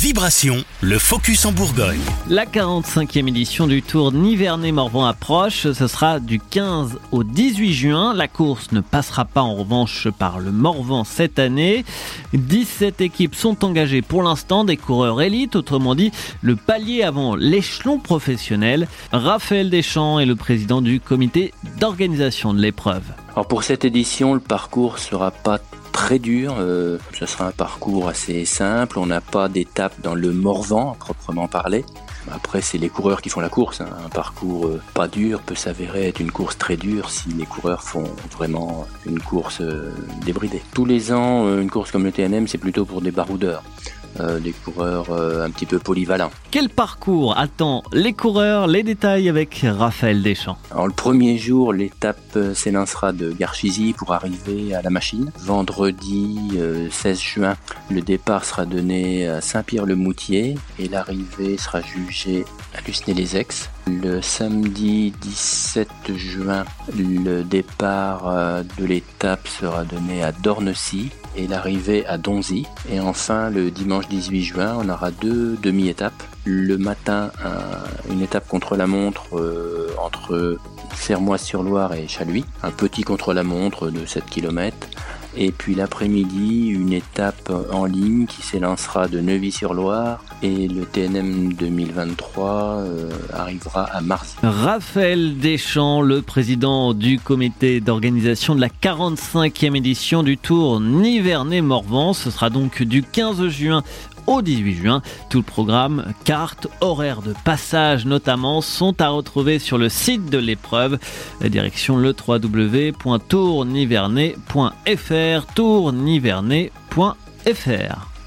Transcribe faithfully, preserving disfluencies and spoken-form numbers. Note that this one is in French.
Vibration, le focus en Bourgogne. La quarante-cinquième édition du Tour Nivernais-Morvan approche. Ce sera du quinze au dix-huit juin. La course ne passera pas en revanche par le Morvan cette année. dix-sept équipes sont engagées pour l'instant, des coureurs élites, autrement dit le palier avant l'échelon professionnel. Raphaël Deschamps est le président du comité d'organisation de l'épreuve. Alors pour cette édition, le parcours sera pas très dur, euh, ce sera un parcours assez simple, on n'a pas d'étape dans le Morvan à proprement parler. Après, c'est les coureurs qui font la course, hein. Un parcours euh, pas dur peut s'avérer être une course très dure si les coureurs font vraiment une course euh, débridée. Tous les ans, euh, une course comme le T N M, c'est plutôt pour des baroudeurs. Euh, des coureurs euh, un petit peu polyvalents. Quel parcours attend les coureurs? Les détails avec Raphaël Deschamps. Alors, le premier jour, l'étape euh, s'élancera de Garchizy pour arriver à la machine. Vendredi euh, seize juin, le départ sera donné à Saint-Pierre-le-Moutier et l'arrivée sera jugée à Lusnay-les-Aix. Le samedi dix-sept juin, le départ euh, de l'étape sera donné à Dornecy et l'arrivée à Donzy. Et enfin, le dimanche dix-huit juin, on aura deux demi-étapes. Le matin, un, une étape contre-la-montre euh, entre Sermoise-sur-Loire et Chaluis, un petit contre-la-montre de sept kilomètres. Et puis l'après-midi, une étape en ligne qui s'élancera de Neuvy-sur-Loire et le T N M deux mille vingt-trois euh, arrivera à Marzy. Raphaël Deschamps, le président du comité d'organisation de la quarante-cinquième édition du Tour Nivernais-Morvan. Ce sera donc du quinze juin au dix-huit juin. Tout le programme, carte, horaire de passage notamment, sont à retrouver sur le site de l'épreuve. Direction le w w w point tour nivernais point f r, tour nivernais point f r.